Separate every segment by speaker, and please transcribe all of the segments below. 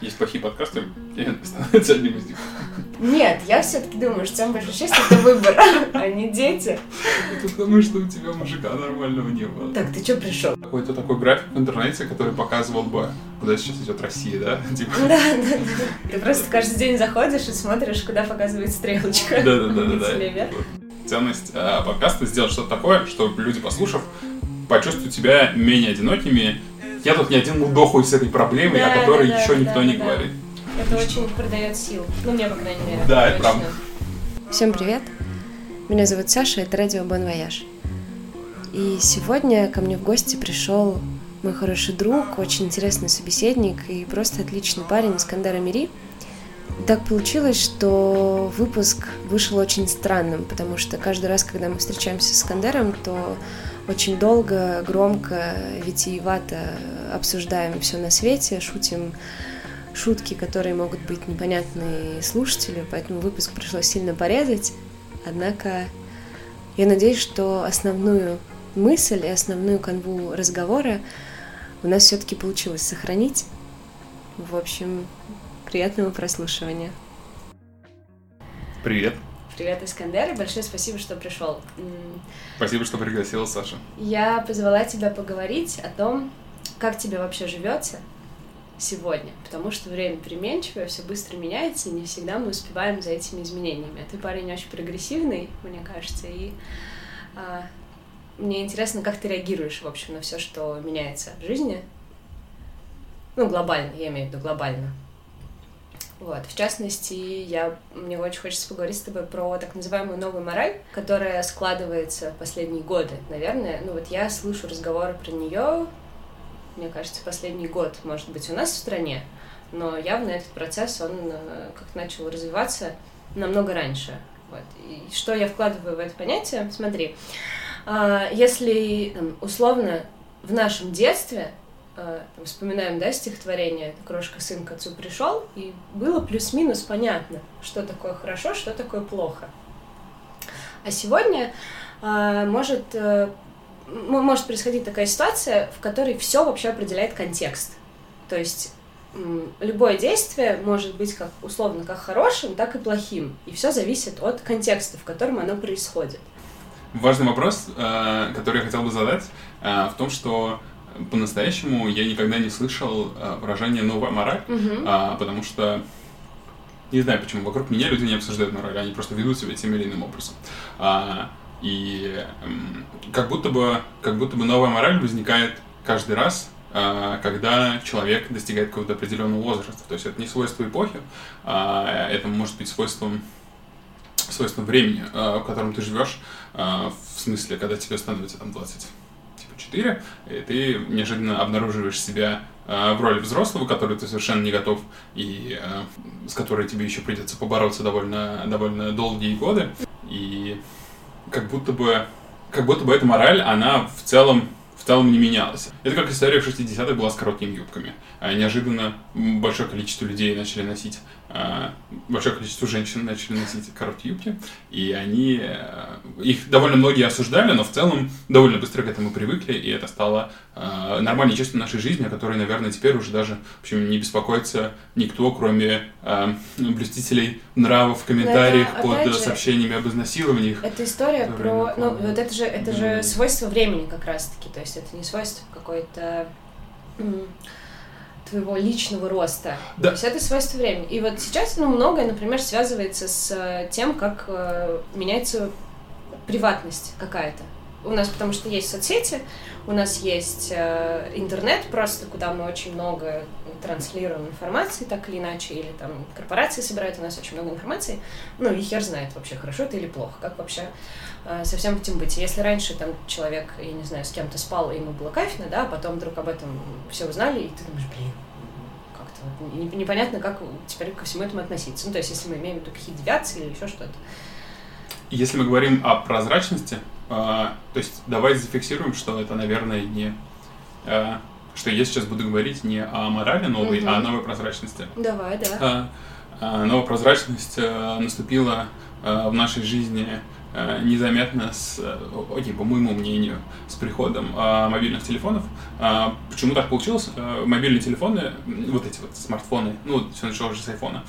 Speaker 1: Есть плохие подкасты, и это становится одним из них.
Speaker 2: Нет, я все-таки думаю, что самое большое счастье — это выбор, а не дети.
Speaker 1: Потому что у тебя мужика нормального не было.
Speaker 2: Так, ты что пришел?
Speaker 1: Какой-то такой график в интернете, который показывал бы, куда сейчас идет Россия, да? Типа.
Speaker 2: Да. Ты просто каждый день заходишь и смотришь, куда показывает стрелочка.
Speaker 1: Да. Ценность подкаста — сделать что-то такое, чтобы люди, послушав, почувствуют себя менее одинокими. Я тут не один мудохуюсь с этой проблемой, о которой еще никто не говорит.
Speaker 2: Это очень придает сил. Ну, мне, по крайней мере.
Speaker 1: Да, это правда.
Speaker 2: Всем привет. Меня зовут Саша, это радио Bon Voyage. И сегодня ко мне в гости пришел мой хороший друг, очень интересный собеседник и просто отличный парень Искандер Амири. Так получилось, что выпуск вышел очень странным, потому что каждый раз, когда мы встречаемся с Искандером, то очень долго, громко, витиевато обсуждаем все на свете, шутим шутки, которые могут быть непонятны слушателю, поэтому выпуск пришлось сильно порезать. Однако я надеюсь, что основную мысль и основную канву разговора у нас все-таки получилось сохранить. В общем, приятного прослушивания.
Speaker 1: Привет.
Speaker 2: Привет, Искандер, и большое спасибо, что пришел.
Speaker 1: Спасибо, что пригласила, Саша.
Speaker 2: Я позвала тебя поговорить о том, как тебе вообще живется сегодня, потому что время переменчивое, все быстро меняется, и не всегда мы успеваем за этими изменениями. Ты парень очень прогрессивный, мне кажется, и мне интересно, как ты реагируешь, в общем, на все, что меняется в жизни. Ну, глобально, я имею в виду глобально. Вот. В частности, мне очень хочется поговорить с тобой про так называемую новую мораль, которая складывается в последние годы, наверное. Ну вот я слышу разговоры про нее, мне кажется, последний год, может быть, у нас в стране, но явно этот процесс, он как-то начал развиваться намного раньше. Вот. И что я вкладываю в это понятие? Смотри, если условно в нашем детстве вспоминаем, да, стихотворение «Крошка сын к отцу пришел», и было плюс-минус понятно, что такое хорошо, что такое плохо. А сегодня может происходить такая ситуация, в которой все вообще определяет контекст. То есть любое действие может быть как условно как хорошим, так и плохим, и все зависит от контекста, в котором оно происходит.
Speaker 1: Важный вопрос, который я хотел бы задать, в том, что по-настоящему я никогда не слышал выражения «новая мораль», потому что, не знаю почему, вокруг меня люди не обсуждают мораль, они просто ведут себя тем или иным образом. И как будто бы новая мораль возникает каждый раз, когда человек достигает какого-то определенного возраста. То есть это не свойство эпохи, это может быть свойством времени, в котором ты живешь, в смысле, когда тебе становится там 24, и ты неожиданно обнаруживаешь себя в роли взрослого, который ты совершенно не готов, и с которой тебе еще придется побороться довольно долгие годы. И как будто бы эта мораль, она в целом не менялась. Это как история в 60-х была с короткими юбками. Неожиданно большое количество людей начали носить, большое количество женщин начали носить короткие юбки, и их довольно многие осуждали, но в целом довольно быстро к этому привыкли, и это стало нормальной частью нашей жизни, о которой, наверное, теперь уже даже, в общем, не беспокоится никто, кроме блюстителей нравов в комментариях под сообщениями об изнасилованиях.
Speaker 2: Это история про... Ну, вот это же свойство времени как раз-таки, то есть это не свойство какой-то твоего личного роста.
Speaker 1: Да.
Speaker 2: То есть это свойство времени. И вот сейчас, многое, например, связывается с тем, как меняется приватность какая-то. У нас, потому что есть соцсети, у нас есть интернет просто, куда мы очень много транслируем информации, так или иначе, или там корпорации собирают у нас очень много информации, и хер знает вообще, хорошо это или плохо, как вообще со всем этим быть. Если раньше там человек, я не знаю, с кем-то спал, и ему было кайфно, да, а потом вдруг об этом все узнали, и ты думаешь, как-то непонятно, как теперь ко всему этому относиться. То есть, если мы имеем в виду какие-то девиации или еще что-то.
Speaker 1: Если мы говорим о прозрачности, то есть давай зафиксируем, что это, наверное, не... что я сейчас буду говорить не о морали новой, а о новой прозрачности.
Speaker 2: Давай, да.
Speaker 1: Новая прозрачность наступила в нашей жизни незаметно по моему мнению, с приходом мобильных телефонов. Почему так получилось? Мобильные телефоны, вот эти вот смартфоны, все началось уже с айфона.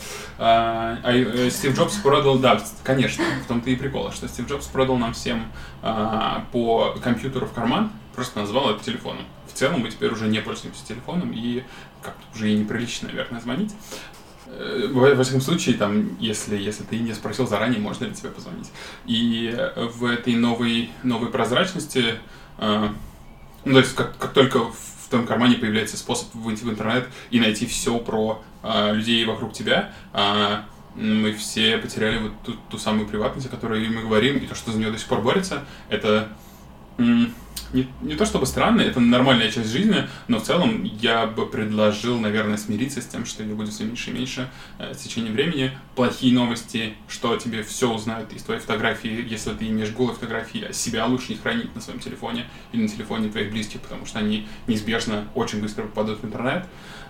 Speaker 1: Стив Джобс продал, да, конечно, в том-то и прикол, что Стив Джобс продал нам всем по компьютеру в карман, просто назвал это телефоном. В целом мы теперь уже не пользуемся телефоном, и как-то уже и неприлично, наверное, звонить. Во всяком случае, там, если ты не спросил заранее, можно ли тебе позвонить. И в этой новой прозрачности, то есть как только в твоем кармане появляется способ выйти в интернет и найти все про людей вокруг тебя, мы все потеряли вот ту самую приватность, о которой мы говорим, и то, что за нее до сих пор борется, это не то чтобы странно, это нормальная часть жизни, но в целом я бы предложил, наверное, смириться с тем, что ее будет все меньше и меньше с течением времени. Плохие новости, что тебе все узнают из твоей фотографии, если ты имеешь голые фотографии, а себя лучше не хранить на своем телефоне или на телефоне твоих близких, потому что они неизбежно очень быстро попадут в интернет,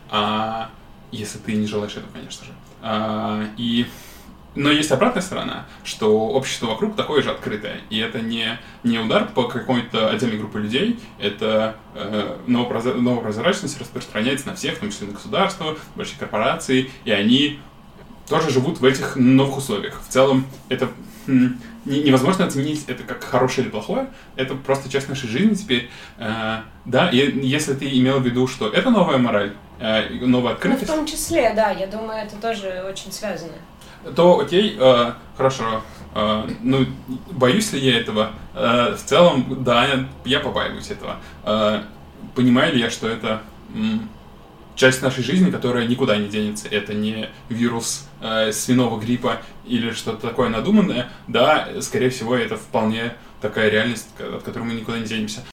Speaker 1: если ты не желаешь этого, конечно же. Но есть обратная сторона, что общество вокруг такое же открытое, и это не удар по какой-то отдельной группе людей, это новая прозрачность распространяется на всех, в том числе на государства, большие корпорации, и они тоже живут в этих новых условиях. В целом, это невозможно оценить это как хорошее или плохое, это просто часть нашей жизни теперь. Да, и если ты имел в виду, что это новая мораль, новая открытость...
Speaker 2: В том числе, да, я думаю, это тоже очень связано.
Speaker 1: То окей, хорошо. Боюсь ли я этого? В целом, да, я побаиваюсь этого. Понимаю ли я, что это часть нашей жизни, которая никуда не денется? Это не вирус свиного гриппа или что-то такое надуманное. Да, скорее всего, это вполне такая реальность, от которой мы никуда не денемся.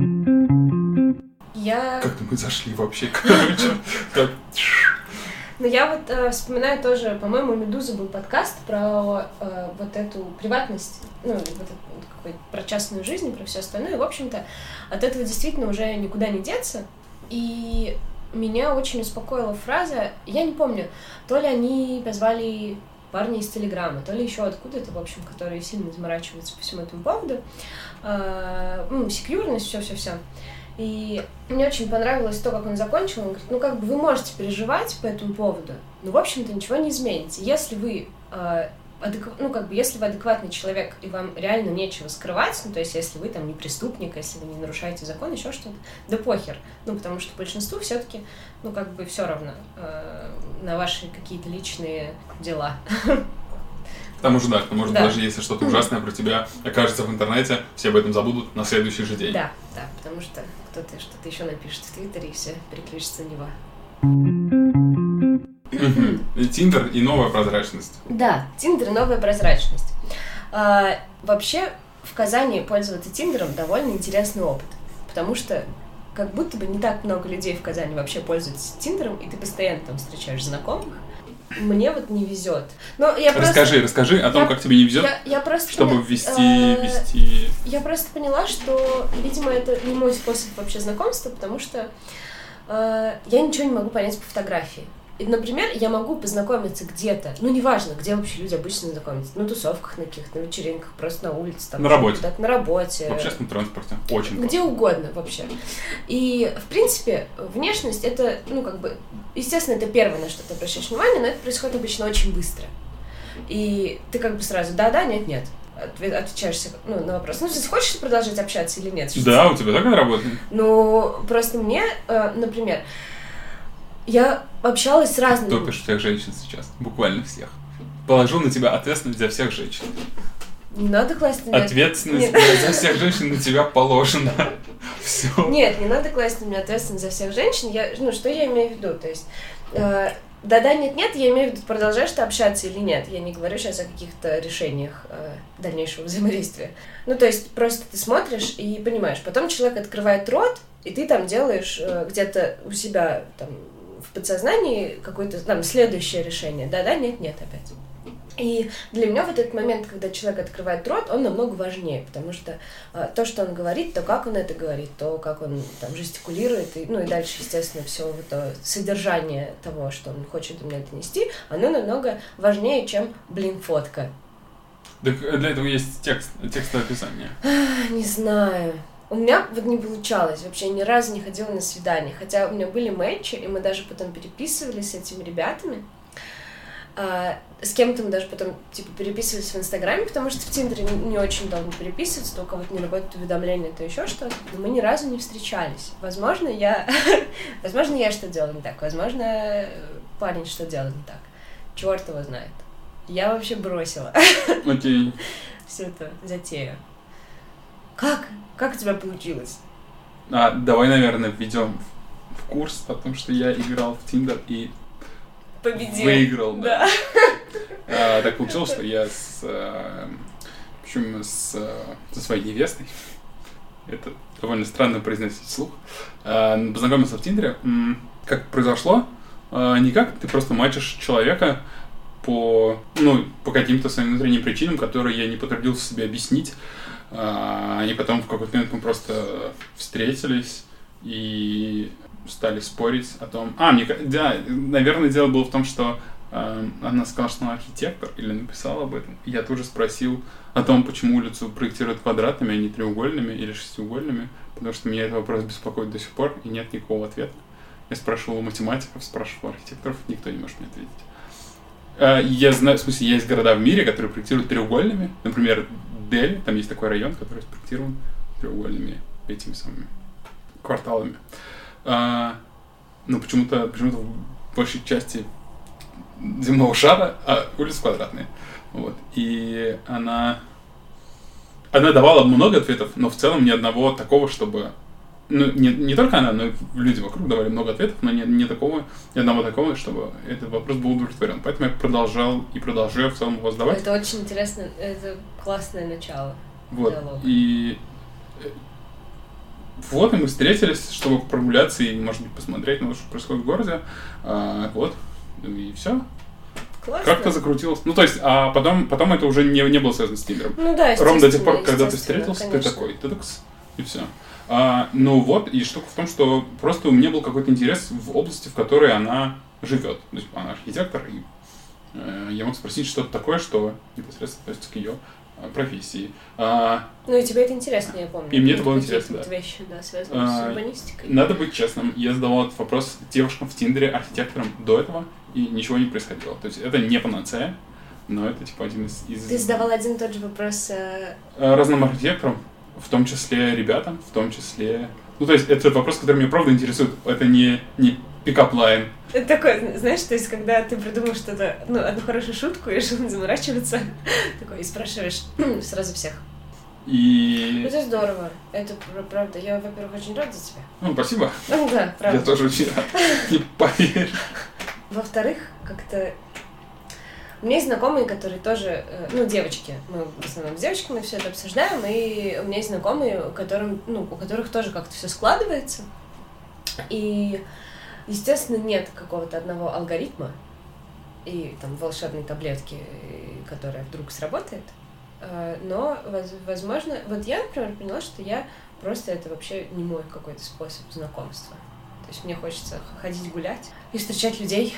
Speaker 1: Как-то мы зашли вообще, короче.
Speaker 2: Но я вот вспоминаю тоже, по-моему, у «Медузы» был подкаст про вот эту приватность, про частную жизнь, про все остальное. И, в общем-то, от этого действительно уже никуда не деться. И меня очень успокоила фраза, я не помню, то ли они позвали парня из Телеграма, то ли еще откуда-то, в общем, которые сильно заморачиваются по всему этому поводу. Секьюрность, все. И мне очень понравилось то, как он закончил. Он говорит, вы можете переживать по этому поводу, но, в общем-то, ничего не измените. Если вы, если вы адекватный человек, и вам реально нечего скрывать, то есть, если вы там не преступник, если вы не нарушаете закон, еще что-то, да похер. Потому что большинству все-таки, все равно на ваши какие-то личные дела.
Speaker 1: К тому же, даже если что-то ужасное про тебя окажется в интернете, все об этом забудут на следующий же день.
Speaker 2: Да, потому что кто-то что-то еще напишет в Твиттере, и все переключится на него.
Speaker 1: Тиндер и новая прозрачность.
Speaker 2: Да, Тиндер и новая прозрачность. Вообще, в Казани пользоваться Тиндером довольно интересный опыт, потому что как будто бы не так много людей в Казани вообще пользуются Тиндером, и ты постоянно там встречаешь знакомых. Мне вот не везет.
Speaker 1: Расскажи о том, как тебе не везет, чтобы ввести...
Speaker 2: Я просто поняла, что, видимо, это не мой способ вообще знакомства, потому что я ничего не могу понять по фотографии. И, например, я могу познакомиться где-то, неважно, где вообще люди обычно знакомятся, на тусовках на каких-то, на вечеринках, просто на улице. Там,
Speaker 1: на работе.
Speaker 2: На работе.
Speaker 1: В общественном транспорте. Очень
Speaker 2: где
Speaker 1: просто.
Speaker 2: Угодно вообще. И, в принципе, внешность это, естественно, это первое, на что ты обращаешь внимание, но это происходит обычно очень быстро. И ты сразу да, нет. Отвечаешься на вопрос. Хочешь продолжать общаться или нет?
Speaker 1: Да, у тебя так это работает?
Speaker 2: Просто мне, например, я общалась с разными...
Speaker 1: Топишь всех женщин сейчас, буквально всех. Положу на тебя ответственность за всех женщин.
Speaker 2: Не надо класть на меня...
Speaker 1: Ответственность за всех женщин на тебя положена. Все.
Speaker 2: Нет, не надо класть на меня ответственность за всех женщин. Что я имею в виду? То есть, да, нет, я имею в виду, продолжаешь ты общаться или нет. Я не говорю сейчас о каких-то решениях дальнейшего взаимодействия. То есть, просто ты смотришь и понимаешь. Потом человек открывает рот, и ты там делаешь где-то у себя там в подсознании какое-то там следующее решение. Да, нет опять. И для меня вот этот момент, когда человек открывает рот, он намного важнее, потому что то, что он говорит, то, как он это говорит, то, как он там жестикулирует, и дальше, естественно, все вот это содержание того, что он хочет до меня донести, оно намного важнее, чем, фотка.
Speaker 1: Так для этого есть текстовое описание.
Speaker 2: Не знаю. У меня вот не получалось, вообще ни разу не ходила на свидание. Хотя у меня были матчи, и мы даже потом переписывались с этими ребятами. С кем-то мы даже потом, типа, переписывались в Инстаграме, потому что в Тиндере не очень удобно переписываться, то у кого-то не работают уведомления, то еще что-то. Но мы ни разу не встречались. Возможно, я что делала не так. Возможно, парень что делал не так. Черт его знает. Я вообще бросила.
Speaker 1: Окей.
Speaker 2: Всю эту затею. Как у тебя получилось?
Speaker 1: Давай, наверное, введем в курс о том, что я играл в Тиндер и
Speaker 2: победил.
Speaker 1: Выиграл,
Speaker 2: да.
Speaker 1: Так получилось, что я со своей невестой, это довольно странно произносить вслух, познакомился в Тиндере. Как произошло? Никак, ты просто матчишь человека по каким-то своим внутренним причинам, которые я не потрудился себе объяснить. И потом в какой-то момент мы просто встретились и стали спорить о том... наверное, дело было в том, что она сказала, что она архитектор, или написала об этом. Я тоже спросил о том, почему улицу проектируют квадратными, а не треугольными или шестиугольными, потому что меня этот вопрос беспокоит до сих пор, и нет никакого ответа. Я спрашивал у математиков, спрашивал у архитекторов, никто не может мне ответить. Я знаю, в смысле, есть города в мире, которые проектируют треугольными. Например, Дели, там есть такой район, который спроектирован треугольными этими самыми кварталами. Но почему-то в большей части земного шара улицы квадратные. Вот. И она давала много ответов, но в целом ни одного такого, чтобы... не только она, но и люди вокруг давали много ответов, но ни одного такого, чтобы этот вопрос был удовлетворен. Поэтому я продолжаю в целом его задавать.
Speaker 2: Это очень интересно, это классное начало диалога.
Speaker 1: И мы встретились, чтобы прогуляться и, может быть, посмотреть на то, что происходит в городе. И все.
Speaker 2: Классно.
Speaker 1: Как-то закрутилось. А потом это уже не было связано с Тиндером. Ровно до тех пор, когда ты встретился, конечно. Ты такой, тыдакс, и все. И штука в том, что просто у меня был какой-то интерес в области, в которой она живет. То есть она архитектор, и я мог спросить что-то такое, что непосредственно относится к ее профессии.
Speaker 2: И тебе это интересно, я помню.
Speaker 1: И мне это было интересно,
Speaker 2: да. Вещи, да, связанные с урбанистикой.
Speaker 1: Надо быть честным. Я задавал этот вопрос девушкам в Тиндере, архитекторам до этого, и ничего не происходило. То есть это не панацея, но это типа один из...
Speaker 2: Ты задавал один и тот же вопрос...
Speaker 1: разным архитекторам, в том числе ребятам, в том числе... то есть это вопрос, который меня правда интересует. Это не пикап-лайн.
Speaker 2: Это такой, знаешь, то есть когда ты придумал что-то, одну хорошую шутку и решил не заморачиваться, такой, и спрашиваешь сразу всех. Это здорово. Это правда. Я, во-первых, очень рад за тебя.
Speaker 1: Спасибо.
Speaker 2: Да, правда.
Speaker 1: Я тоже очень рад. Не поверишь.
Speaker 2: Во-вторых, как-то... У меня есть знакомые, которые тоже... девочки. Мы в основном с девочками все это обсуждаем, и у меня есть знакомые, у которых тоже как-то все складывается. И, естественно, нет какого-то одного алгоритма и там волшебной таблетки, которая вдруг сработает. Но, возможно... Вот я, например, поняла, что я просто это вообще не мой какой-то способ знакомства. То есть мне хочется ходить гулять и встречать людей...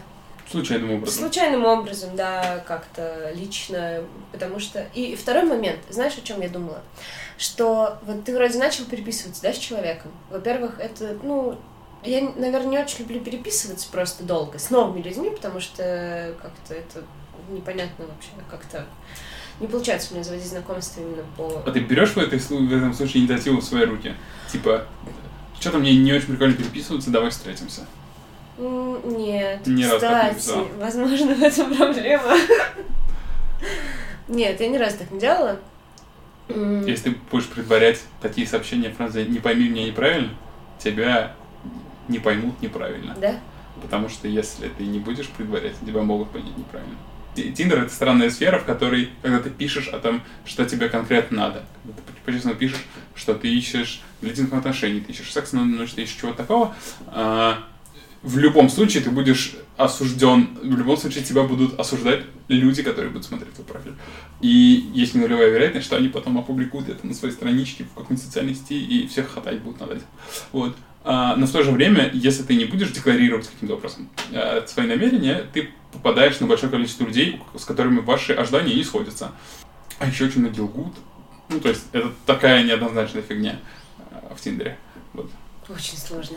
Speaker 2: Случайным образом, да, как-то лично, потому что... И второй момент, знаешь, о чем я думала? Что вот ты вроде начал переписываться, да, с человеком. Во-первых, это, я, наверное, не очень люблю переписываться просто долго с новыми людьми, потому что как-то это непонятно вообще, как-то... Не получается у меня заводить знакомство именно по...
Speaker 1: А ты берешь в этом случае инициативу в свои руки? Типа, что-то мне не очень прикольно переписываться, давай встретимся.
Speaker 2: Нет,
Speaker 1: ни
Speaker 2: кстати, возможно, в этом проблема. Нет, я ни разу так не делала.
Speaker 1: Если ты будешь предварять такие сообщения фразой «не пойми меня неправильно», тебя не поймут неправильно.
Speaker 2: Да?
Speaker 1: Потому что если ты не будешь предварять, тебя могут понять неправильно. Тиндер — это странная сфера, в которой, когда ты пишешь о том, что тебе конкретно надо, когда ты по-честному пишешь, что ты ищешь длительных отношений, ты ищешь секса, но что ты ищешь чего-то такого, в любом случае ты будешь осужден, в любом случае тебя будут осуждать люди, которые будут смотреть твой профиль. И есть нулевая вероятность, что они потом опубликуют это на своей страничке в какой-нибудь социальной сети и всех хватать будут над этим. Но в то же время, если ты не будешь декларировать каким-то образом свои намерения, ты попадаешь на большое количество людей, с которыми ваши ожидания не сходятся. А еще очень многие лгут. Ну, то есть, это такая неоднозначная фигня в Тиндере. Вот.
Speaker 2: Очень сложно.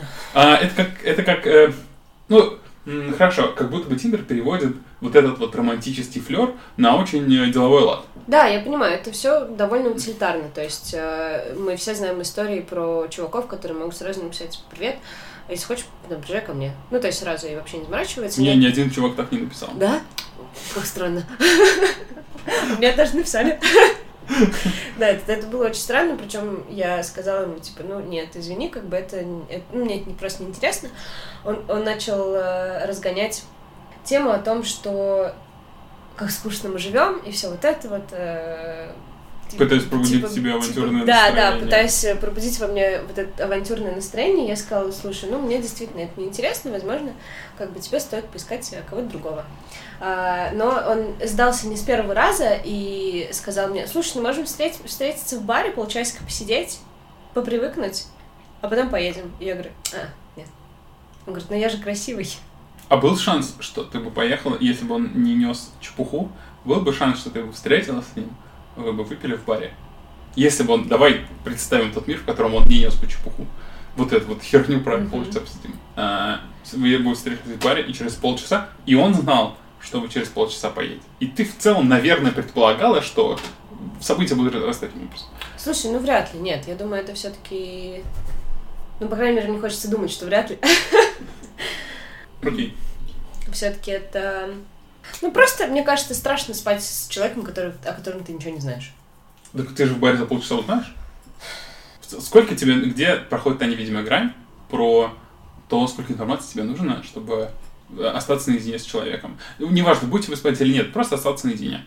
Speaker 1: Хорошо, как будто бы Тиндер переводит вот этот вот романтический флёр на очень деловой лад.
Speaker 2: Да, я понимаю, это все довольно утилитарно. То есть мы все знаем истории про чуваков, которые могут сразу написать «Привет, если хочешь, приезжай ко мне». Ну, то есть сразу и вообще не заморачивается.
Speaker 1: Мне ни один чувак так не написал.
Speaker 2: Да? Как странно. Мне даже написали. Да, это было очень странно, причем я сказала ему, типа, нет, извини, как бы мне это просто неинтересно. Он начал разгонять тему о том, что как скучно мы живем, и все вот это вот.
Speaker 1: Пытаюсь пробудить в тебе авантюрное настроение.
Speaker 2: Да, пытаюсь пробудить во мне вот это авантюрное настроение. Я сказала, слушай, мне действительно это неинтересно, возможно, как бы тебе стоит поискать кого-то другого. Но он сдался не с первого раза и сказал мне, слушай, мы можем встретиться в баре, полчасика посидеть, попривыкнуть, а потом поедем. И я говорю, нет. Он говорит, я же красивый.
Speaker 1: А был шанс, что ты бы поехала, если бы он не нес чепуху, был бы шанс, что ты бы встретилась с ним, вы бы выпили в баре? Если бы он, давай представим тот мир, в котором он не нес бы чепуху. Вот эту вот херню про полчаса обсудим. Вы бы встретились в баре, и через полчаса, и он знал, что вы через полчаса поедете. И ты в целом, наверное, предполагала, что события будут разрастать таким образом.
Speaker 2: Слушай, вряд ли, нет. Я думаю, это все-таки... по крайней мере, мне хочется думать, что вряд ли.
Speaker 1: Окей.
Speaker 2: Все-таки это... просто, мне кажется, страшно спать с человеком, о котором ты ничего не знаешь.
Speaker 1: Так ты же в баре за полчаса узнаешь? Сколько тебе, где проходит та невидимая грань про то, сколько информации тебе нужно, чтобы остаться наедине с человеком? Неважно, будете вы спать или нет, просто остаться наедине.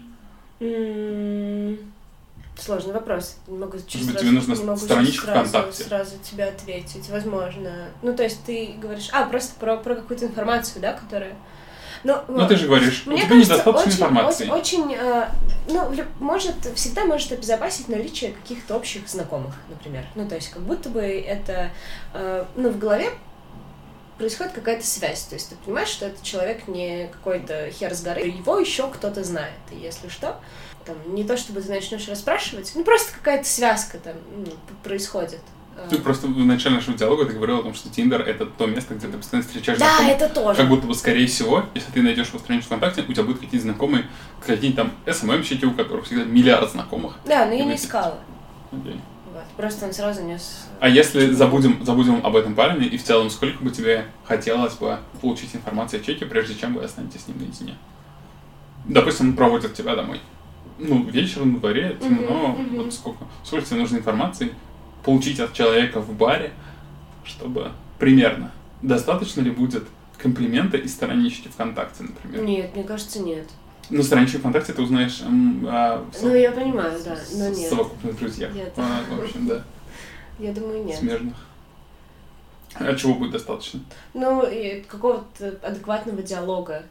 Speaker 2: Сложный вопрос. Не могу
Speaker 1: тебе нужна страничка ВКонтакте.
Speaker 2: Сразу тебе ответить, возможно. То есть ты говоришь, просто про какую-то информацию, да, которая...
Speaker 1: ты же говоришь, у тебя недостаточно информации.
Speaker 2: Всегда может обезопасить наличие каких-то общих знакомых, например. То есть как будто бы это, в голове происходит какая-то связь. То есть ты понимаешь, что этот человек не какой-то хер с горы, его еще кто-то знает. И если что, не то чтобы ты начнешь расспрашивать, просто какая-то связка происходит.
Speaker 1: Ты просто в начале нашего диалога ты говорила о том, что Тиндер — это то место, где ты постоянно встречаешь
Speaker 2: знакомых. Да, это тоже.
Speaker 1: Как будто бы, скорее всего, если ты найдешь его страничку ВКонтакте, у тебя будут какие-то знакомые, какие-то там СММ-щики, у которых всегда миллиард знакомых.
Speaker 2: Да, но я не искала.
Speaker 1: Окей.
Speaker 2: Просто он сразу нес...
Speaker 1: А если забудем об этом парне, и в целом, сколько бы тебе хотелось бы получить информацию о человеке, прежде чем вы останетесь с ним наедине? Допустим, он проводит тебя домой. Вечером на дворе, темно, вот сколько тебе нужно информации получить от человека в баре, чтобы примерно достаточно ли будет комплимента из странички ВКонтакте, например?
Speaker 2: Нет, мне кажется, нет.
Speaker 1: Страничку ВКонтакте ты узнаешь
Speaker 2: я понимаю, да, но нет.
Speaker 1: Совокупных друзьях.
Speaker 2: Нет.
Speaker 1: В общем, да.
Speaker 2: Я думаю, нет.
Speaker 1: Смежных. А чего будет достаточно?
Speaker 2: И какого-то адекватного диалога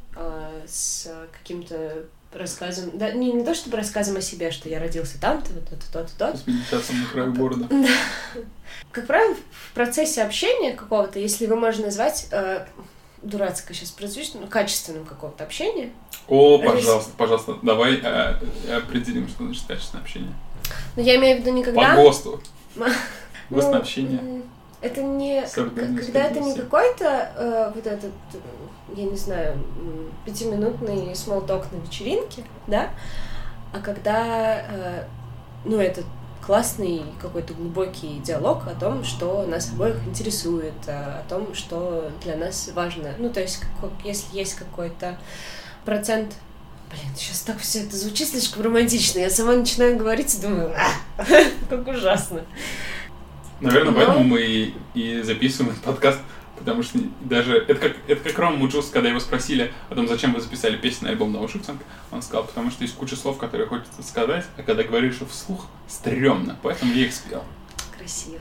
Speaker 2: с каким-то рассказом, да, не то чтобы рассказом о себе, что я родился там-то, вот это, то-то.
Speaker 1: С медитацией на краю города.
Speaker 2: Как правило, в процессе общения какого-то, если его можно назвать, дурацко сейчас прозвучит, качественным какого-то общения.
Speaker 1: Пожалуйста, давай определим, что значит качественное общение.
Speaker 2: Я имею в виду никогда...
Speaker 1: По ГОСТу. ГОСТное общение.
Speaker 2: Это не... Когда это не какой-то вот этот, я не знаю, 5-минутный смолток на вечеринке, да, а когда, это классный какой-то глубокий диалог о том, что нас обоих интересует, о том, что для нас важно. То есть, если есть какой-то процент... сейчас так все это звучит слишком романтично. Я сама начинаю говорить и думаю, как ужасно.
Speaker 1: Наверное, поэтому мы и записываем этот подкаст, потому что даже... Это как Рома Муджус, когда его спросили о том, зачем вы записали песню на альбом Наушипсинг, он сказал, потому что есть куча слов, которые хочется сказать, а когда говоришь их вслух, стрёмно, поэтому я их спел.
Speaker 2: Красиво.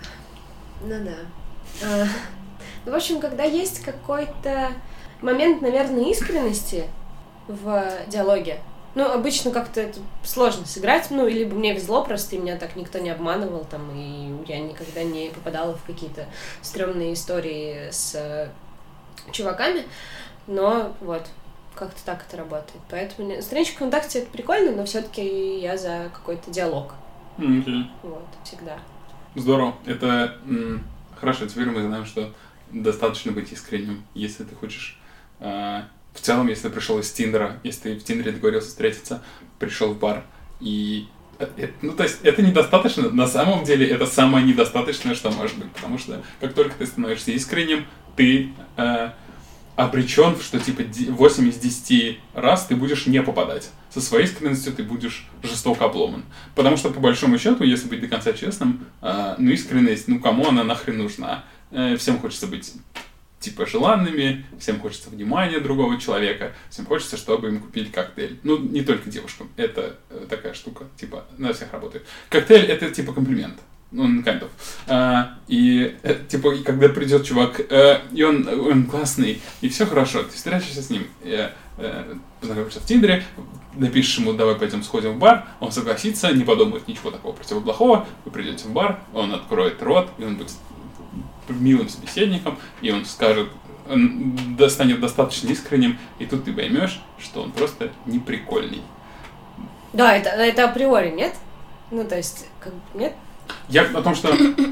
Speaker 2: Да. В общем, когда есть какой-то момент, наверное, искренности в диалоге, обычно как-то это сложно сыграть, либо мне везло просто, и меня так никто не обманывал, и я никогда не попадала в какие-то стрёмные истории с чуваками, но как-то так это работает. Поэтому страничка ВКонтакте — это прикольно, но все-таки я за какой-то диалог.
Speaker 1: Okay.
Speaker 2: Вот, всегда.
Speaker 1: Здорово. Это хорошо. Теперь мы знаем, что достаточно быть искренним, если ты хочешь... в целом, если ты пришел из Тиндера, если ты в Тиндере договорился встретиться, пришел в бар, и... Ну, то есть, это недостаточно. На самом деле, это самое недостаточное, что может быть. Потому что, как только ты становишься искренним, ты обречен, что, типа, 8 из 10 раз ты будешь не попадать. Со своей искренностью ты будешь жестоко обломан. Потому что, по большому счету, если быть до конца честным, искренность, кому она нахрен нужна? Всем хочется быть, типа, желанными, всем хочется внимания другого человека, всем хочется, чтобы им купили коктейль. Не только девушкам. Это такая штука, типа, на всех работает. Коктейль — это, типа, комплимент. Kind of. И когда придет чувак, и он классный, и все хорошо, ты встретишься с ним, познакомишься в Тиндере, напишешь ему: давай пойдем сходим в бар, он согласится, не подумает ничего такого противоплохого, вы придете в бар, он откроет рот, и он будет милым собеседником, и он скажет, он станет достаточно искренним, и тут ты поймешь, что он просто не прикольный.
Speaker 2: Да, это априори, нет? То есть, нет?
Speaker 1: Я о том, что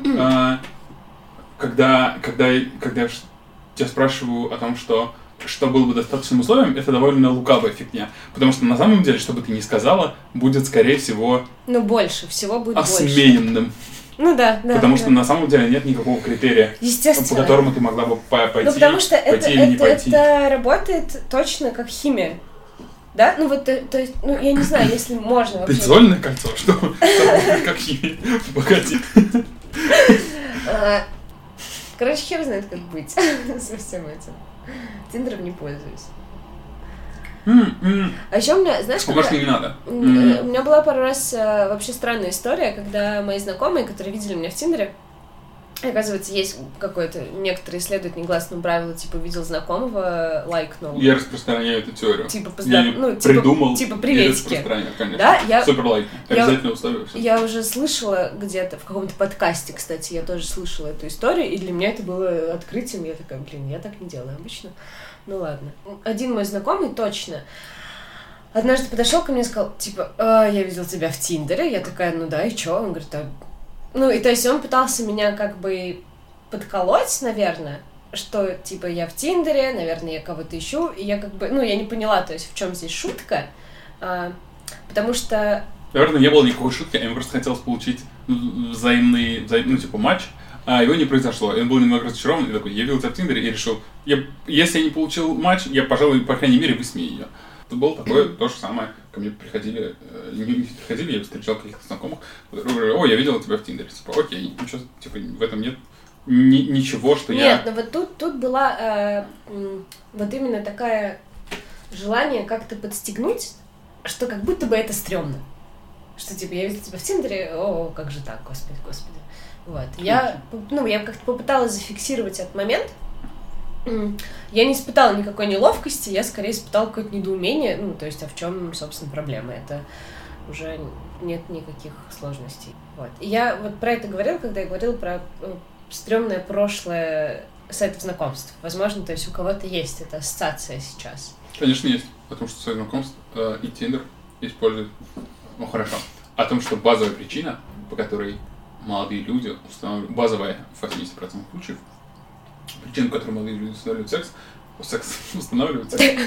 Speaker 1: когда я тебя спрашиваю о том, что было бы достаточным условием, это довольно лукавая фигня. Потому что на самом деле, что бы ты ни сказала, будет, скорее всего...
Speaker 2: больше. Всего будет
Speaker 1: осмеянным.
Speaker 2: Больше. Да.
Speaker 1: Потому что на самом деле нет никакого критерия, по которому ты могла бы пойти,
Speaker 2: потому что
Speaker 1: или не пойти.
Speaker 2: Это работает точно как химия. Да? То есть, я не знаю, если можно вообще...
Speaker 1: Бензольное кольцо? Что? Как химия? Погоди.
Speaker 2: Короче, хер знает, как быть со всем этим. Тиндером не пользуюсь. А еще у меня, знаешь,
Speaker 1: может, не надо.
Speaker 2: У меня была пару раз вообще странная история, когда мои знакомые, которые видели меня в Тиндере, оказывается, есть какой-то, некоторые исследуют негласному правилу, типа, видел знакомого, лайкнул.
Speaker 1: Я распространяю эту теорию.
Speaker 2: Типа,
Speaker 1: придумал
Speaker 2: приветики.
Speaker 1: И распространяю, конечно.
Speaker 2: Да?
Speaker 1: Супер лайк. Обязательно условие.
Speaker 2: Я уже слышала где-то, в каком-то подкасте, кстати, я тоже слышала эту историю, и для меня это было открытием. Я такая, я так не делаю обычно. Ладно. Один мой знакомый точно однажды подошел ко мне и сказал, типа, я видел тебя в Тиндере. Я такая, да, и чё? Он говорит, и то есть он пытался меня как бы подколоть, наверное, что, типа, я в Тиндере, наверное, я кого-то ищу, и я как бы, я не поняла, то есть в чем здесь шутка, потому что...
Speaker 1: Наверное, не было никакой шутки, а ему просто хотелось получить взаимный, матч, а его не произошло. И он был немного разочарован, и такой, я видел тебя в Тиндере, и решил, если я не получил матч, я, пожалуй, по крайней мере, высмею ее. Это было такое, то же самое. Ко мне приходили, я встречал каких-то знакомых, которые говорили, я видел тебя в Тиндере. Типа, окей, ничего, типа, в этом нет ничего, что
Speaker 2: Нет, но вот тут была вот именно такая желание как-то подстегнуть, что как будто бы это стрёмно. Что, типа, я видел тебя в Тиндере, как же так, господи. Вот. Я как-то попыталась зафиксировать этот момент. Я не испытала никакой неловкости, я скорее испытала какое-то недоумение, то есть, а в чем, собственно, проблема? Это уже нет никаких сложностей. Вот. И я вот про это говорила, когда я говорила про стрёмное прошлое сайтов знакомств. Возможно, то есть у кого-то есть эта ассоциация сейчас.
Speaker 1: Конечно, есть, потому что сайт знакомств и Tinder используют. Хорошо. О том, что базовая причина, по которой молодые люди устанавливают, базовая в 80% случаев, причина, по которой молодые люди устанавливают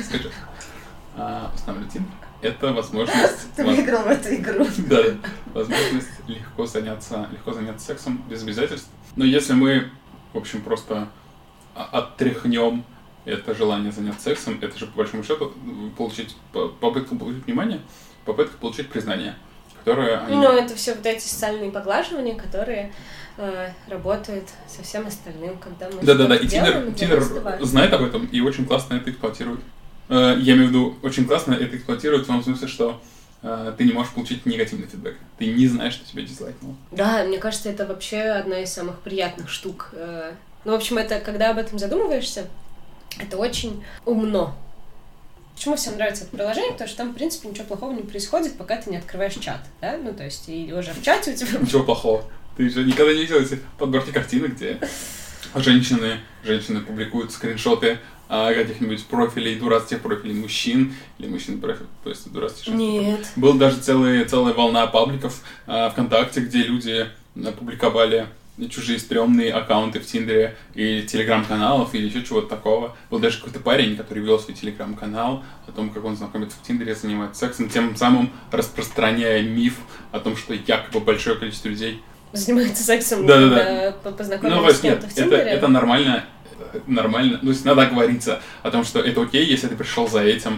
Speaker 1: Tinder, это возможность...
Speaker 2: Ты выиграл в эту игру.
Speaker 1: Да, возможность легко заняться сексом без обязательств. Но если мы, в общем, просто оттряхнем это желание заняться сексом, это же, по большому счету, попытка получить внимание, попытка получить признание, которое...
Speaker 2: это все вот эти социальные поглаживания, которые работают со всем остальным, когда мы
Speaker 1: Да, и Тиндер знает об этом и очень классно это эксплуатирует. Я имею в виду, очень классно это эксплуатирует в том смысле, что ты не можешь получить негативный фидбэк. Ты не знаешь, что тебя дизлайкнуло.
Speaker 2: Да, мне кажется, это вообще одна из самых приятных штук. В общем, это, когда об этом задумываешься, это очень умно. Почему всем нравится это приложение? Потому что там, в принципе, ничего плохого не происходит, пока ты не открываешь чат, да? То есть, и уже в чате у тебя...
Speaker 1: Ничего плохого. Ты же никогда не видел эти подборки картинок, где женщины публикуют скриншоты каких-нибудь профилей, дурацких профилей мужчин, или мужчин профиль, то есть дурацких.
Speaker 2: Нет.
Speaker 1: Была даже целая волна пабликов ВКонтакте, где люди публиковали чужие стрёмные аккаунты в Тиндере или телеграм-каналов, или еще чего-то такого. Был даже какой-то парень, который вел свой телеграм-канал о том, как он знакомится в Тиндере, занимается сексом, тем самым распространяя миф о том, что якобы большое количество людей
Speaker 2: занимается сексом,
Speaker 1: да.
Speaker 2: познакомились с кем-то в Тиндере.
Speaker 1: Это нормально. То есть надо говориться о том, что это окей, если ты пришел за этим,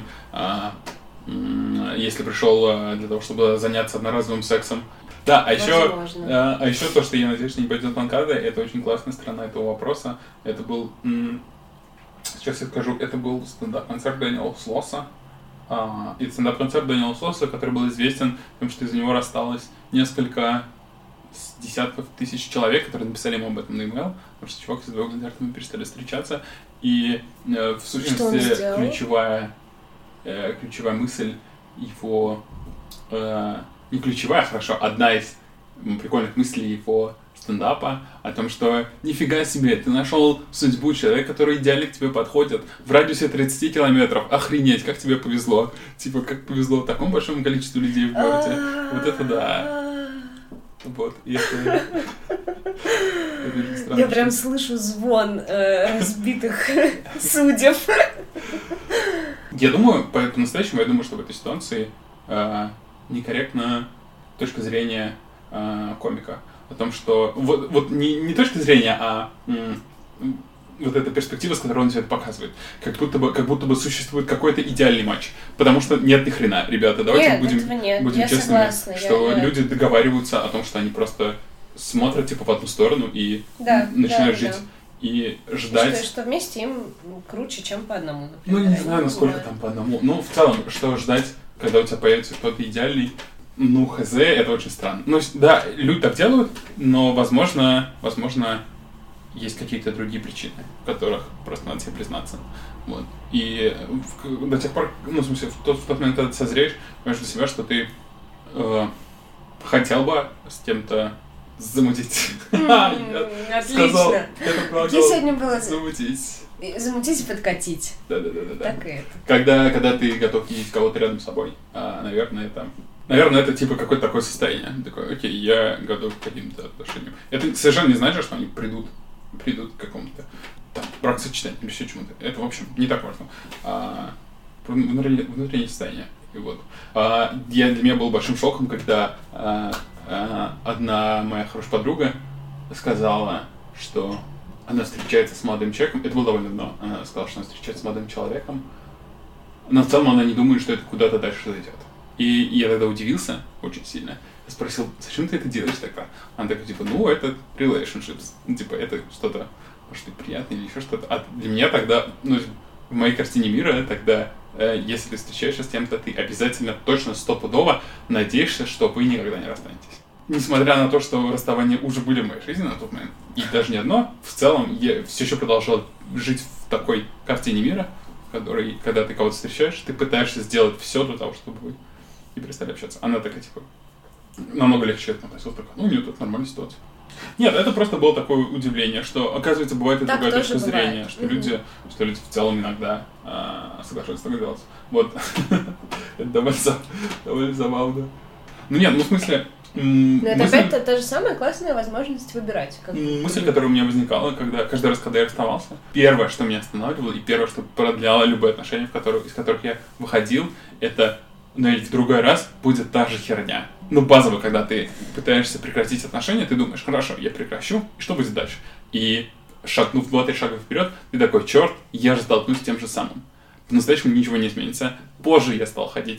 Speaker 1: если пришел для того, чтобы заняться одноразовым сексом. Да, а еще то, что я надеюсь, что не пойдет банкада, это очень классная сторона этого вопроса. Это был, сейчас я скажу, это был стендап-концерт Дэниела Слосса. И стендап-концерт Дэниела Слосса, который был известен тем, что из-за него рассталось несколько десятков тысяч человек, которые написали ему об этом на e-mail, потому что чувак с двумя концертами перестали встречаться. И в сущности ключевая мысль его... не ключевая, хорошо, одна из прикольных мыслей его стендапа о том, что нифига себе, ты нашел судьбу человека, который идеально к тебе подходит в радиусе 30 километров. Охренеть, как тебе повезло. Типа, как повезло такому большому количеству людей в городе. Вот это да. Вот, и это...
Speaker 2: Я прям слышу звон разбитых судеб.
Speaker 1: Я думаю, по-настоящему, я думаю, что в этой ситуации некорректна точка зрения комика. О том, что... Вот не точка зрения, а вот эта перспектива, с которой он все это показывает. Как будто бы существует какой-то идеальный матч. Потому что нет ни хрена, ребята. Давайте будем честными,
Speaker 2: согласна,
Speaker 1: что люди договариваются о том, что они просто смотрят типа в одну сторону и начинают жить. И ждать...
Speaker 2: Что вместе им круче, чем по одному, например.
Speaker 1: Ну, не знаю, насколько там по одному. Ну, в целом, что ждать, когда у тебя появится кто-то идеальный, ну, хз, это очень странно. Ну, да, люди так делают, но, возможно, есть какие-то другие причины, в которых просто надо себе признаться. Вот. И до тех пор, ну, в смысле, в тот момент, когда ты созреешь, понимаешь для себя, что ты хотел бы с кем-то замутить.
Speaker 2: Отлично. Где сегодня было?
Speaker 1: Замутить.
Speaker 2: Замутить и подкатить.
Speaker 1: Да.
Speaker 2: Так и это.
Speaker 1: Когда ты готов видеть кого-то рядом с собой, наверное, это типа какое-то такое состояние. Такое, окей, я готов к каким-то отношениям. Это совершенно не значит, что они придут к какому-то бракосочетанию или еще чему-то. Это, в общем, не так важно. Внутреннее состояние. И вот. Для меня был большим шоком, когда одна моя хорошая подруга сказала, что она встречается с молодым человеком. Это было довольно давно. Она сказала, что она встречается с молодым человеком. Но в целом она не думает, что это куда-то дальше зайдет. И я тогда удивился очень сильно. Я спросил, зачем ты это делаешь тогда? Она такая, типа, ну, это relationships. Ну, типа, это что-то, может быть, приятное или еще что-то. А для меня тогда, ну, в моей картине мира, тогда, если ты встречаешься с кем-то, ты обязательно, точно, стопудово надеешься, что вы никогда не расстанетесь. Несмотря на то, что расставания уже были в моей жизни на тот момент, и даже не одно, в целом я все еще продолжал жить в такой картине мира, в которой, когда ты кого-то встречаешь, ты пытаешься сделать все для того, чтобы вы не перестали общаться. Она такая, типа, намного легче это относилась, такая, ну, нет, это нормальная ситуация. Нет, это просто было такое удивление, что, оказывается, бывает и другая точка зрения, что люди в целом иногда соглашаются так делать. Вот. Это довольно забавно. Ну нет, ну в смысле...
Speaker 2: Но это опять та же самая классная возможность выбирать.
Speaker 1: Мысль, которая у меня возникала, каждый раз, когда я расставался, первое, что меня останавливало, и первое, что продляло любые отношения, из которых я выходил, это, ну и в другой раз будет та же херня. Ну, базово, когда ты пытаешься прекратить отношения, ты думаешь, хорошо, я прекращу, и что будет дальше? И шагнув 2-3 шага вперед, ты такой, черт, я же столкнусь с тем же самым. По-настоящему ничего не изменится. Позже я стал ходить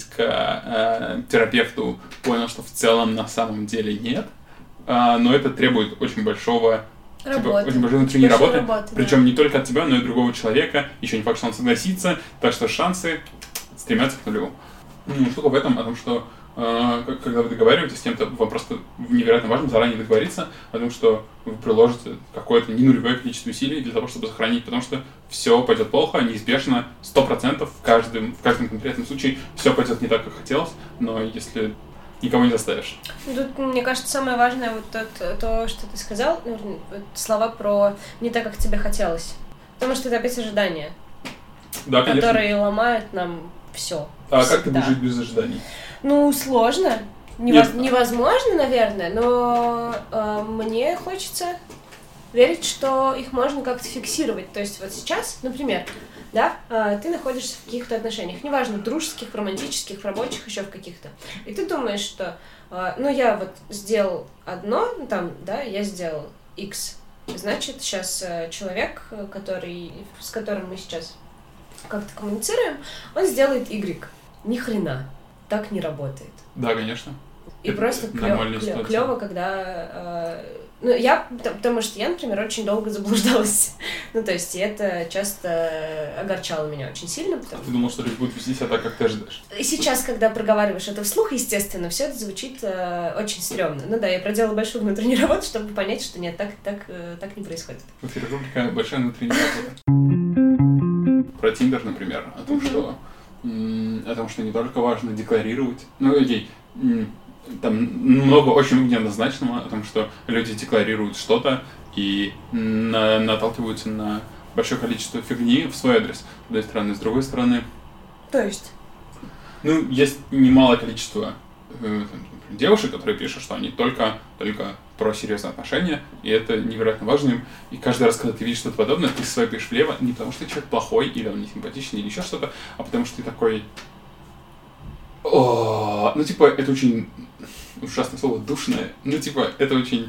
Speaker 1: к терапевту, понял, что в целом на самом деле нет, но это требует очень большой внутренней работы, причем не только от тебя, но и другого человека, еще не факт, что он согласится, так что шансы стремятся к нулю. Штука в этом, о том, что когда вы договариваетесь с кем-то, вам просто невероятно важно заранее договориться о том, что вы приложите какое-то не нулевое количество усилий для того, чтобы сохранить, потому что все пойдет плохо, неизбежно, 100% в каждом конкретном случае все пойдет не так, как хотелось, но если никого не заставишь.
Speaker 2: Тут, мне кажется, самое важное вот то, что ты сказал, слова про «не так, как тебе хотелось», потому что это опять ожидание.
Speaker 1: Да, конечно.
Speaker 2: которые ломают нам все.
Speaker 1: А как ты будешь жить без ожиданий?
Speaker 2: Ну, сложно. Невозможно, наверное, но мне хочется верить, что их можно как-то фиксировать. То есть вот сейчас, например, да, ты находишься в каких-то отношениях, неважно, дружеских, романтических, рабочих, еще в каких-то. И ты думаешь, что, я вот сделал одно, там, да, я сделал X. Значит, сейчас человек, с которым мы сейчас как-то коммуницируем, он сделает Y. Ни хрена. Так не работает.
Speaker 1: Да, конечно.
Speaker 2: И это просто клево, когда... потому что я, например, очень долго заблуждалась. То есть, и это часто огорчало меня очень сильно.
Speaker 1: Ты думал, что люди будут вести себя так, как ты ожидаешь?
Speaker 2: И сейчас, когда проговариваешь это вслух, естественно, все это звучит очень стрёмно. Я проделала большую внутреннюю работу, чтобы понять, что нет, так не происходит.
Speaker 1: В эфире рубрика «Большая внутренняя работа». Про Tinder, например, о том, что не только важно декларировать. Там много очень неоднозначного о том, что люди декларируют что-то и наталкиваются на большое количество фигни в свой адрес, с одной стороны. С другой стороны...
Speaker 2: То есть?
Speaker 1: Есть немалое количество девушек, которые пишут, что они только про серьезные отношения, и это невероятно важно им. И каждый раз, когда ты видишь что-то подобное, ты свайпаешь влево не потому, что человек плохой, или он не симпатичный, или еще что-то, а потому что ты такой... это очень ужасное слово, душное. Это очень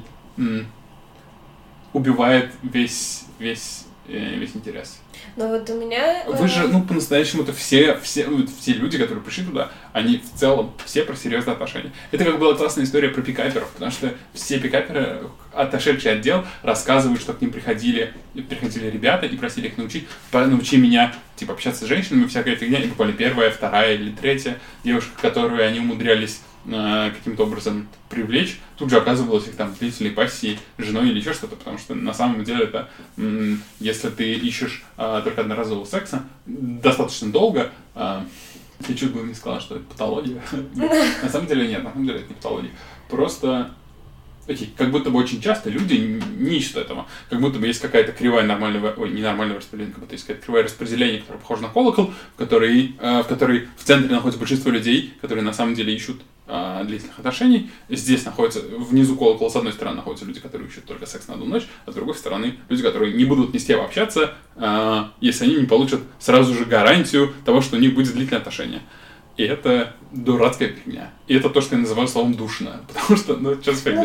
Speaker 1: убивает весь интерес.
Speaker 2: Но вот у меня...
Speaker 1: Вы же, по-настоящему-то все люди, которые пришли туда, они в целом все про серьезные отношения. Это как была классная история про пикаперов, потому что все пикаперы, отошедший отдел, рассказывают, что к ним приходили ребята и просили их научи меня, общаться с женщинами, всякая фигня, и буквально первая, вторая или третья девушка, которую они умудрялись каким-то образом привлечь, тут же оказывалась их там длительной пассией, женой или еще что-то, потому что на самом деле это, если ты ищешь только одноразового секса достаточно долго, я чуть было не сказала, что это патология. На самом деле нет, на самом деле это не патология. Просто как будто бы очень часто люди не ищут этого. Как будто бы есть какая-то кривая ненормального распределения, как будто есть какое-то кривое распределение, которое похоже на колокол, в которой в центре находится большинство людей, которые на самом деле ищут длительных отношений. Здесь находится, внизу колокола, с одной стороны, находятся люди, которые ищут только секс на одну ночь, а с другой стороны, люди, которые не будут ни с кем общаться, если они не получат сразу же гарантию того, что у них будет длительное отношение. И это дурацкая фигня. И это то, что я называю словом душно. Потому что, сейчас фигня.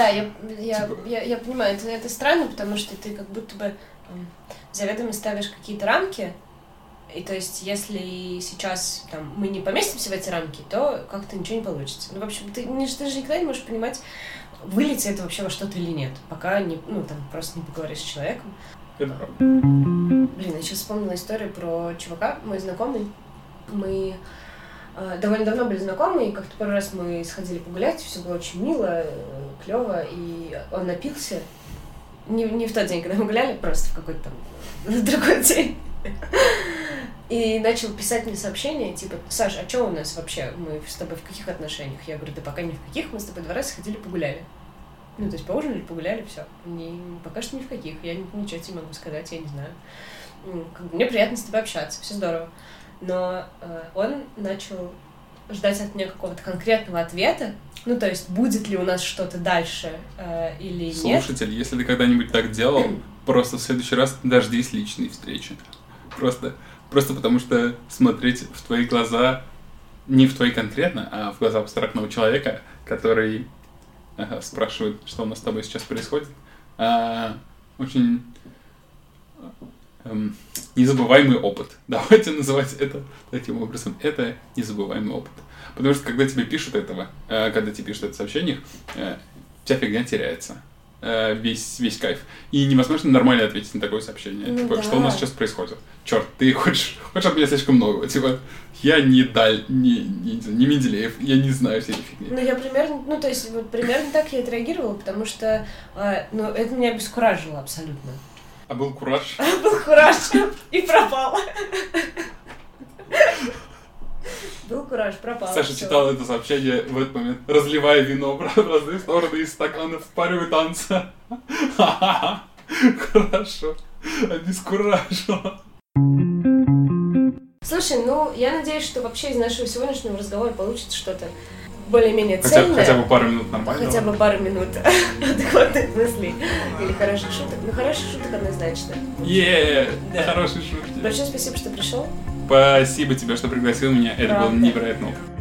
Speaker 2: Я понимаю, это странно, потому что ты как будто бы заведомо ставишь какие-то рамки. И то есть, если сейчас мы не поместимся в эти рамки, то как-то ничего не получится. В общем, ты же никогда не можешь понимать, выльется это вообще во что-то или нет, пока просто не поговоришь с человеком.
Speaker 1: Это правда.
Speaker 2: Я сейчас вспомнила историю про чувака, мой знакомый. Мы довольно давно были знакомы, и как-то пару раз мы сходили погулять, все было очень мило, клево, и он напился. Не в тот день, когда мы гуляли, просто в какой-то другой день. И начал писать мне сообщения, Саш, а что у нас вообще? Мы с тобой в каких отношениях? Я говорю, да пока ни в каких, мы с тобой 2 раза сходили погуляли. То есть поужинали, погуляли, все. Пока что ни в каких, я ничего тебе могу сказать, я не знаю. Мне приятно с тобой общаться, все здорово. Но он начал ждать от меня какого-то конкретного ответа, то есть будет ли у нас что-то дальше или нет.
Speaker 1: Слушатель, если ты когда-нибудь так делал, просто в следующий раз дождись личной встречи. Просто потому что смотреть в твои глаза, не в твои конкретно, а в глаза абстрактного человека, который спрашивает, что у нас с тобой сейчас происходит, очень незабываемый опыт. Давайте называть это таким образом. Это незабываемый опыт. Потому что когда тебе пишут когда тебе пишут это в сообщениях, вся фигня теряется. Весь кайф. И невозможно нормально ответить на такое сообщение. Что у нас сейчас происходит? Черт, ты хочешь от меня слишком много. Я не Менделеев, я не знаю всей этой фигни.
Speaker 2: Я примерно, примерно так я отреагировала, потому что, это меня обескуражило абсолютно.
Speaker 1: А был кураж?
Speaker 2: Был кураж и пропал. Был кураж, пропал.
Speaker 1: Саша читала это сообщение в этот момент, разливая вино в разные стороны из стаканов в порыве танца. Хорошо. Обескуражила.
Speaker 2: Слушай, ну, я надеюсь, что вообще из нашего сегодняшнего разговора получится что-то более-менее цельное.
Speaker 1: Хотя бы пару минут нормально.
Speaker 2: Хотя бы пару минут адекватных мыслей или хороших шуток. Ну, хороших шуток однозначно.
Speaker 1: Хорошие шутки.
Speaker 2: Большое спасибо, что пришел.
Speaker 1: Спасибо тебе, что пригласил меня. Это было невероятно.